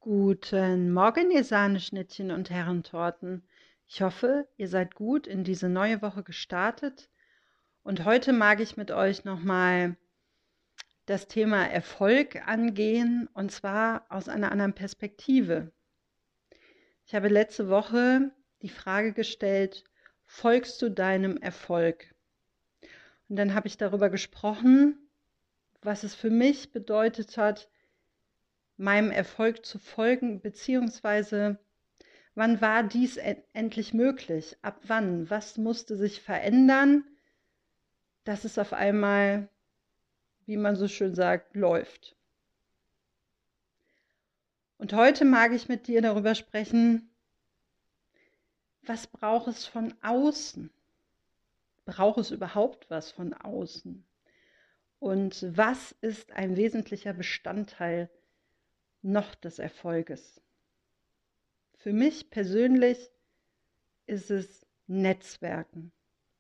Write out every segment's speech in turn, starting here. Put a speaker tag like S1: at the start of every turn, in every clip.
S1: Guten Morgen, ihr Sahneschnittchen und Herrentorten. Ich hoffe, ihr seid gut in diese neue Woche gestartet. Und heute mag ich mit euch nochmal das Thema Erfolg angehen, und zwar aus einer anderen Perspektive. Ich habe letzte Woche die Frage gestellt, folgst du deinem Erfolg? Und dann habe ich darüber gesprochen, was es für mich bedeutet hat, meinem Erfolg zu folgen, beziehungsweise wann war dies endlich möglich? Ab wann? Was musste sich verändern, dass es auf einmal, wie man so schön sagt, läuft? Und heute mag ich mit dir darüber sprechen, was braucht es von außen? Braucht es überhaupt was von außen? Und was ist ein wesentlicher Bestandteil noch des Erfolges? Für mich persönlich ist es Netzwerken.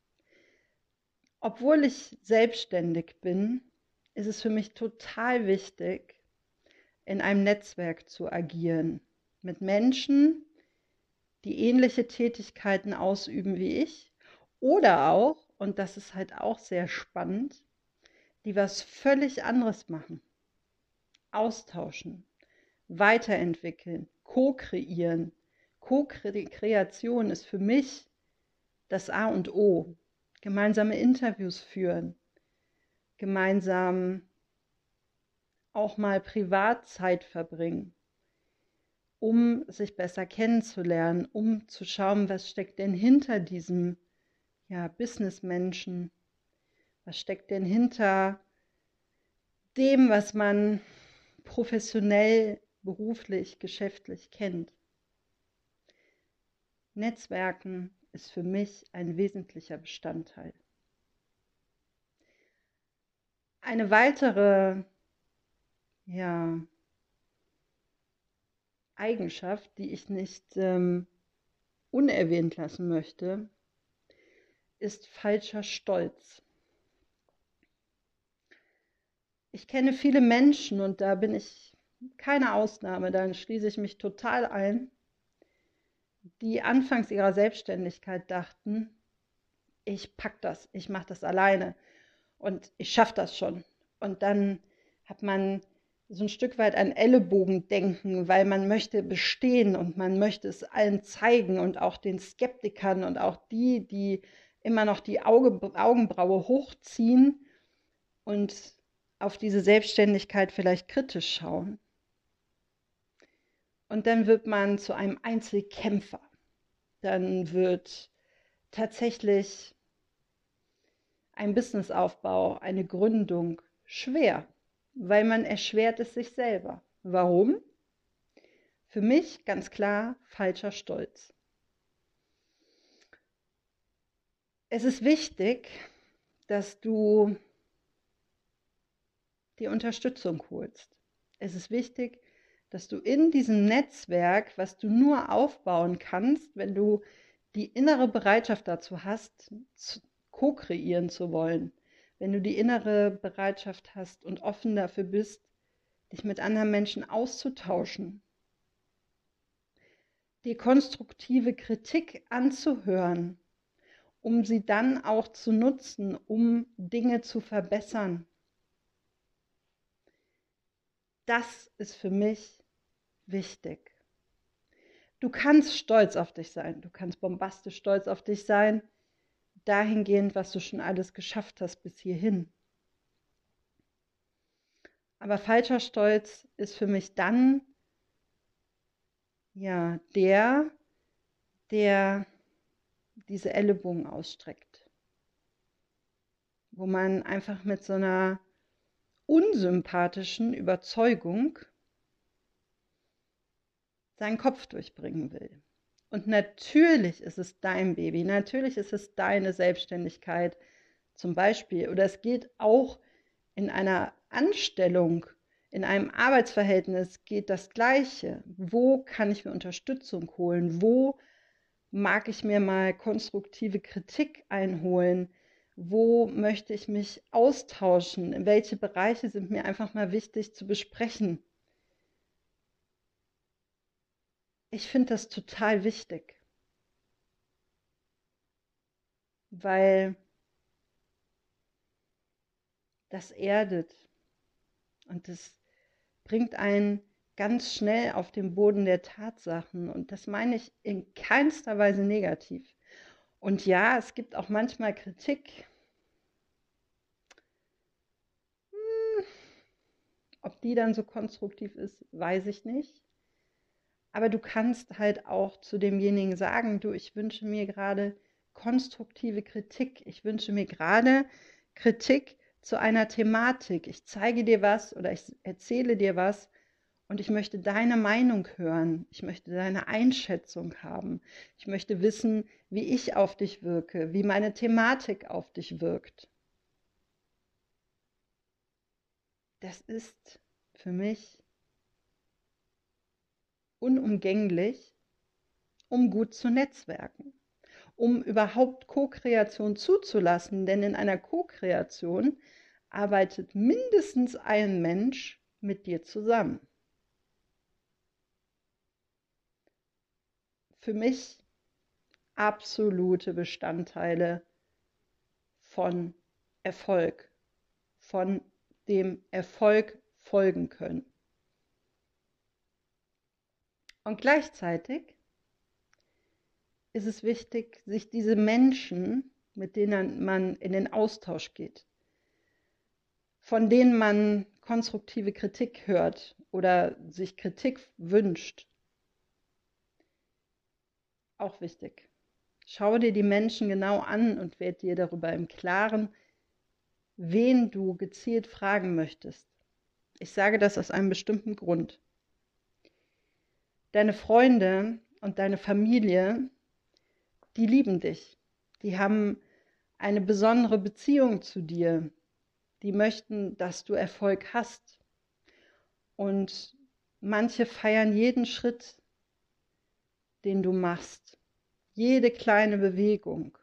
S1: Obwohl ich selbstständig bin, ist es für mich total wichtig, in einem Netzwerk zu agieren. Mit Menschen, die ähnliche Tätigkeiten ausüben wie ich. Oder auch, und das ist halt auch sehr spannend, die was völlig anderes machen. Austauschen, weiterentwickeln, co-kreieren. Co-Kreation ist für mich das A und O. Gemeinsame Interviews führen, gemeinsam auch mal Privatzeit verbringen, um sich besser kennenzulernen, um zu schauen, was steckt denn hinter diesem Businessmenschen, was steckt denn hinter dem, was man professionell, beruflich, geschäftlich kennt. Netzwerken ist für mich ein wesentlicher Bestandteil. Eine weitere Eigenschaft, die ich nicht unerwähnt lassen möchte, ist falscher Stolz. Ich kenne viele Menschen, und da bin ich keine Ausnahme, da schließe ich mich total ein, die anfangs ihrer Selbstständigkeit dachten, ich pack das, ich mache das alleine und ich schaffe das schon. Und dann hat man so ein Stück weit ein Ellenbogendenken, weil man möchte bestehen und man möchte es allen zeigen und auch den Skeptikern und auch die immer noch die Augenbraue hochziehen und auf diese Selbstständigkeit vielleicht kritisch schauen. Und dann wird man zu einem Einzelkämpfer. Dann wird tatsächlich ein Businessaufbau, eine Gründung schwer, weil man erschwert es sich selber. Warum? Für mich ganz klar falscher Stolz. Es ist wichtig, dass du die Unterstützung holst. Es ist wichtig, dass du in diesem Netzwerk, was du nur aufbauen kannst, wenn du die innere Bereitschaft dazu hast, co-kreieren zu wollen, wenn du die innere Bereitschaft hast und offen dafür bist, dich mit anderen Menschen auszutauschen, die konstruktive Kritik anzuhören, um sie dann auch zu nutzen, um Dinge zu verbessern. Das ist für mich wichtig. Du kannst stolz auf dich sein, du kannst bombastisch stolz auf dich sein, dahingehend, was du schon alles geschafft hast bis hierhin. Aber falscher Stolz ist für mich dann der diese Ellenbogen ausstreckt, wo man einfach mit so einer unsympathischen Überzeugung seinen Kopf durchbringen will. Und natürlich ist es dein Baby, natürlich ist es deine Selbstständigkeit zum Beispiel. Oder es geht auch in einer Anstellung, in einem Arbeitsverhältnis geht das Gleiche. Wo kann ich mir Unterstützung holen? Wo mag ich mir mal konstruktive Kritik einholen? Wo möchte ich mich austauschen? Welche Bereiche sind mir einfach mal wichtig zu besprechen? ich finde das total wichtig, weil das erdet und das bringt einen ganz schnell auf den Boden der Tatsachen. Und das meine ich in keinster Weise negativ. Und ja, es gibt auch manchmal Kritik. Ob die dann so konstruktiv ist, weiß ich nicht. Aber du kannst halt auch zu demjenigen sagen, du, ich wünsche mir gerade konstruktive Kritik. Ich wünsche mir gerade Kritik zu einer Thematik. Ich zeige dir was oder ich erzähle dir was und ich möchte deine Meinung hören. Ich möchte deine Einschätzung haben. Ich möchte wissen, wie ich auf dich wirke, wie meine Thematik auf dich wirkt. Das ist für mich unumgänglich, um gut zu netzwerken, um überhaupt Co-Kreation zuzulassen. Denn in einer Co-Kreation arbeitet mindestens ein Mensch mit dir zusammen. Für mich absolute Bestandteile von Erfolg, von dem Erfolg folgen können. Und gleichzeitig ist es wichtig, sich diese Menschen, mit denen man in den Austausch geht, von denen man konstruktive Kritik hört oder sich Kritik wünscht, auch wichtig. Schau dir die Menschen genau an und werd dir darüber im Klaren, wen du gezielt fragen möchtest. Ich sage das aus einem bestimmten Grund. Deine Freunde und deine Familie, die lieben dich. Die haben eine besondere Beziehung zu dir. Die möchten, dass du Erfolg hast. Und manche feiern jeden Schritt, den du machst. Jede kleine Bewegung.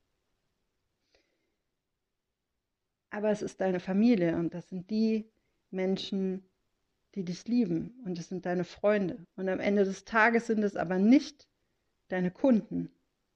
S1: Aber es ist deine Familie und das sind die Menschen, die dich lieben und es sind deine Freunde. Und am Ende des Tages sind es aber nicht deine Kunden.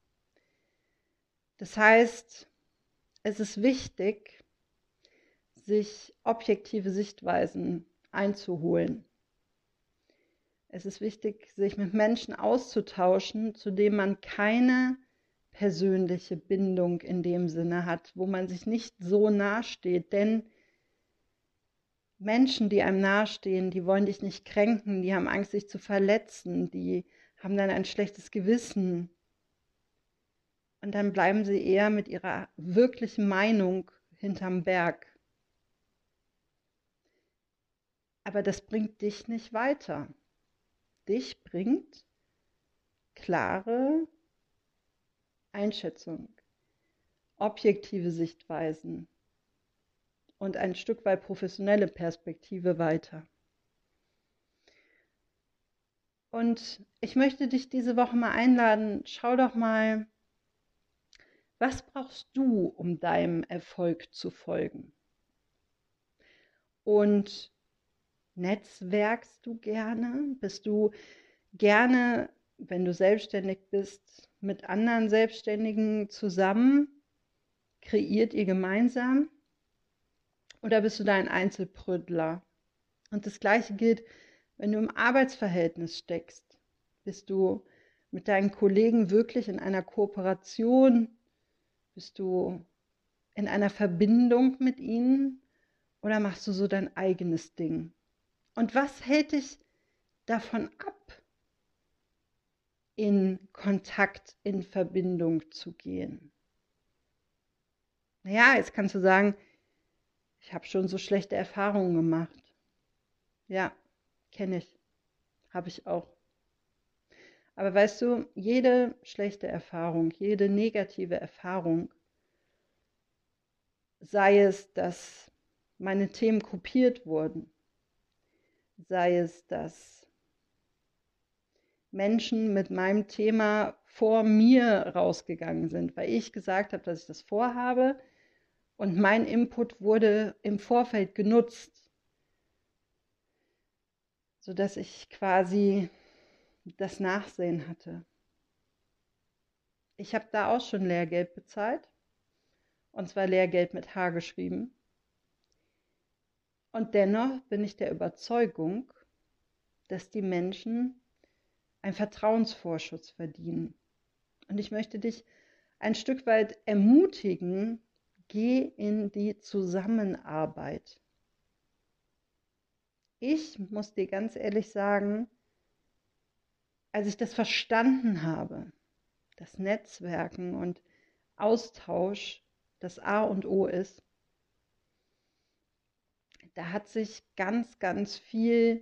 S1: Das heißt, es ist wichtig, sich objektive Sichtweisen einzuholen. Es ist wichtig, sich mit Menschen auszutauschen, zu denen man keine persönliche Bindung in dem Sinne hat, wo man sich nicht so nahe steht. Denn Menschen, die einem nahestehen, die wollen dich nicht kränken, die haben Angst, dich zu verletzen, die haben dann ein schlechtes Gewissen. Und dann bleiben sie eher mit ihrer wirklichen Meinung hinterm Berg. Aber das bringt dich nicht weiter. Dich bringt klare Einschätzung, objektive Sichtweisen und ein Stück weit professionelle Perspektive weiter. Und ich möchte dich diese Woche mal einladen, schau doch mal, was brauchst du, um deinem Erfolg zu folgen? Und netzwerkst du gerne? Bist du gerne, wenn du selbstständig bist, mit anderen Selbstständigen zusammen? Kreiert ihr gemeinsam? Oder bist du da ein Einzelprödler? Und das Gleiche gilt, wenn du im Arbeitsverhältnis steckst. Bist du mit deinen Kollegen wirklich in einer Kooperation? Bist du in einer Verbindung mit ihnen? Oder machst du so dein eigenes Ding? Und was hält dich davon ab, in Kontakt, in Verbindung zu gehen? Naja, jetzt kannst du sagen, ich habe schon so schlechte Erfahrungen gemacht. Ja, kenne ich. Habe ich auch. Aber weißt du, jede schlechte Erfahrung, jede negative Erfahrung, sei es, dass meine Themen kopiert wurden, sei es, dass Menschen mit meinem Thema vor mir rausgegangen sind, weil ich gesagt habe, dass ich das vorhabe und mein Input wurde im Vorfeld genutzt, sodass ich quasi das Nachsehen hatte. Ich habe da auch schon Lehrgeld bezahlt, und zwar Lehrgeld mit H geschrieben. Und dennoch bin ich der Überzeugung, dass die Menschen einen Vertrauensvorschuss verdienen. Und ich möchte dich ein Stück weit ermutigen, geh in die Zusammenarbeit. Ich muss dir ganz ehrlich sagen, als ich das verstanden habe, dass Netzwerken und Austausch das A und O ist, da hat sich ganz, ganz viel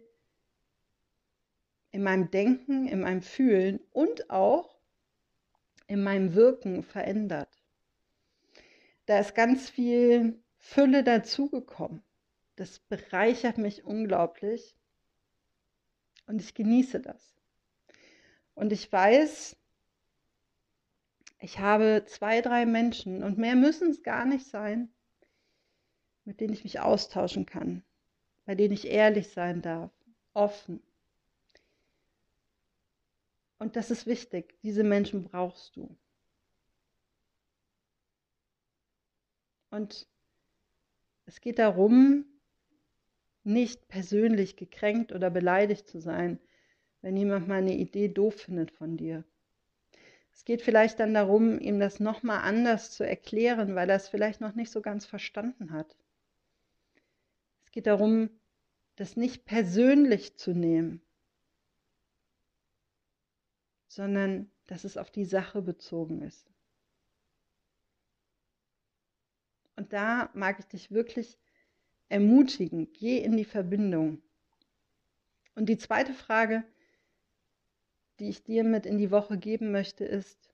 S1: in meinem Denken, in meinem Fühlen und auch in meinem Wirken verändert. Da ist ganz viel Fülle dazugekommen. Das bereichert mich unglaublich und ich genieße das. Und ich weiß, ich habe 2, 3 Menschen und mehr müssen es gar nicht sein, mit denen ich mich austauschen kann, bei denen ich ehrlich sein darf, offen. Und das ist wichtig, diese Menschen brauchst du. Und es geht darum, nicht persönlich gekränkt oder beleidigt zu sein, wenn jemand mal eine Idee doof findet von dir. Es geht vielleicht dann darum, ihm das nochmal anders zu erklären, weil er es vielleicht noch nicht so ganz verstanden hat. Es geht darum, das nicht persönlich zu nehmen, sondern dass es auf die Sache bezogen ist. Und da mag ich dich wirklich ermutigen, geh in die Verbindung. Und die zweite Frage, die ich dir mit in die Woche geben möchte, ist,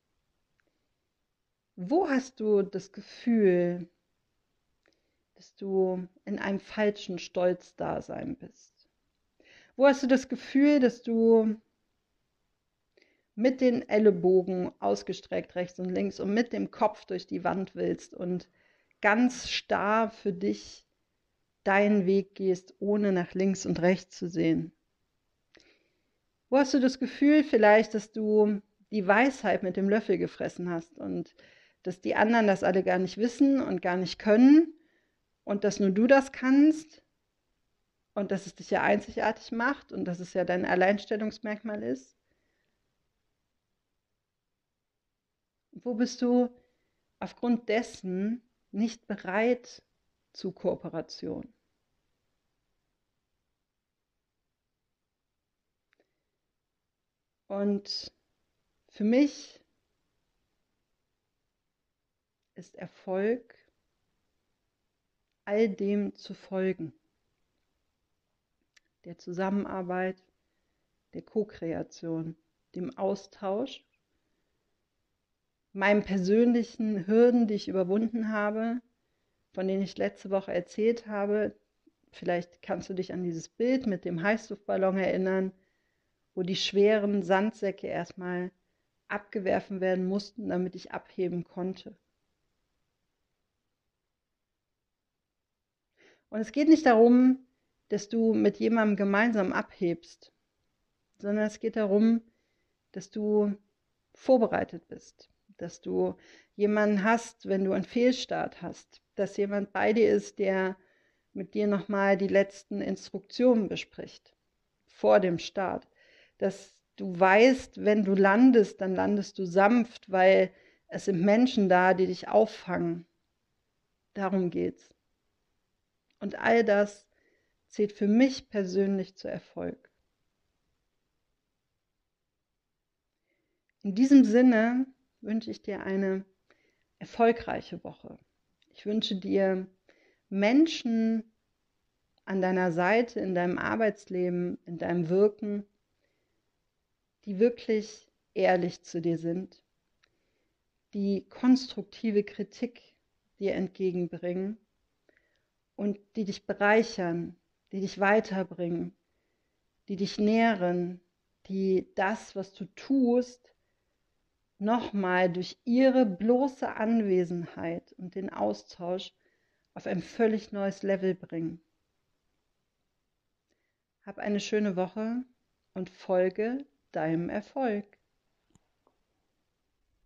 S1: wo hast du das Gefühl, dass du in einem falschen Stolzdasein bist? Wo hast du das Gefühl, dass du mit den Ellenbogen ausgestreckt rechts und links und mit dem Kopf durch die Wand willst und ganz starr für dich deinen Weg gehst, ohne nach links und rechts zu sehen? Wo hast du das Gefühl vielleicht, dass du die Weisheit mit dem Löffel gefressen hast und dass die anderen das alle gar nicht wissen und gar nicht können und dass nur du das kannst und dass es dich ja einzigartig macht und dass es ja dein Alleinstellungsmerkmal ist? Wo bist du aufgrund dessen nicht bereit zu Kooperation? Und für mich ist Erfolg, all dem zu folgen, der Zusammenarbeit, der Co-Kreation, dem Austausch, meinen persönlichen Hürden, die ich überwunden habe, von denen ich letzte Woche erzählt habe. Vielleicht kannst du dich an dieses Bild mit dem Heißluftballon erinnern, wo die schweren Sandsäcke erstmal abgeworfen werden mussten, damit ich abheben konnte. Und es geht nicht darum, dass du mit jemandem gemeinsam abhebst, sondern es geht darum, dass du vorbereitet bist, dass du jemanden hast, wenn du einen Fehlstart hast, dass jemand bei dir ist, der mit dir nochmal die letzten Instruktionen bespricht vor dem Start, dass du weißt, wenn du landest, dann landest du sanft, weil es sind Menschen da, die dich auffangen. Darum geht's. Und all das zählt für mich persönlich zu Erfolg. In diesem Sinne wünsche ich dir eine erfolgreiche Woche. Ich wünsche dir Menschen an deiner Seite, in deinem Arbeitsleben, in deinem Wirken, die wirklich ehrlich zu dir sind, die konstruktive Kritik dir entgegenbringen und die dich bereichern, die dich weiterbringen, die dich nähren, die das, was du tust, nochmal durch ihre bloße Anwesenheit und den Austausch auf ein völlig neues Level bringen. Hab eine schöne Woche und folge deinem Erfolg.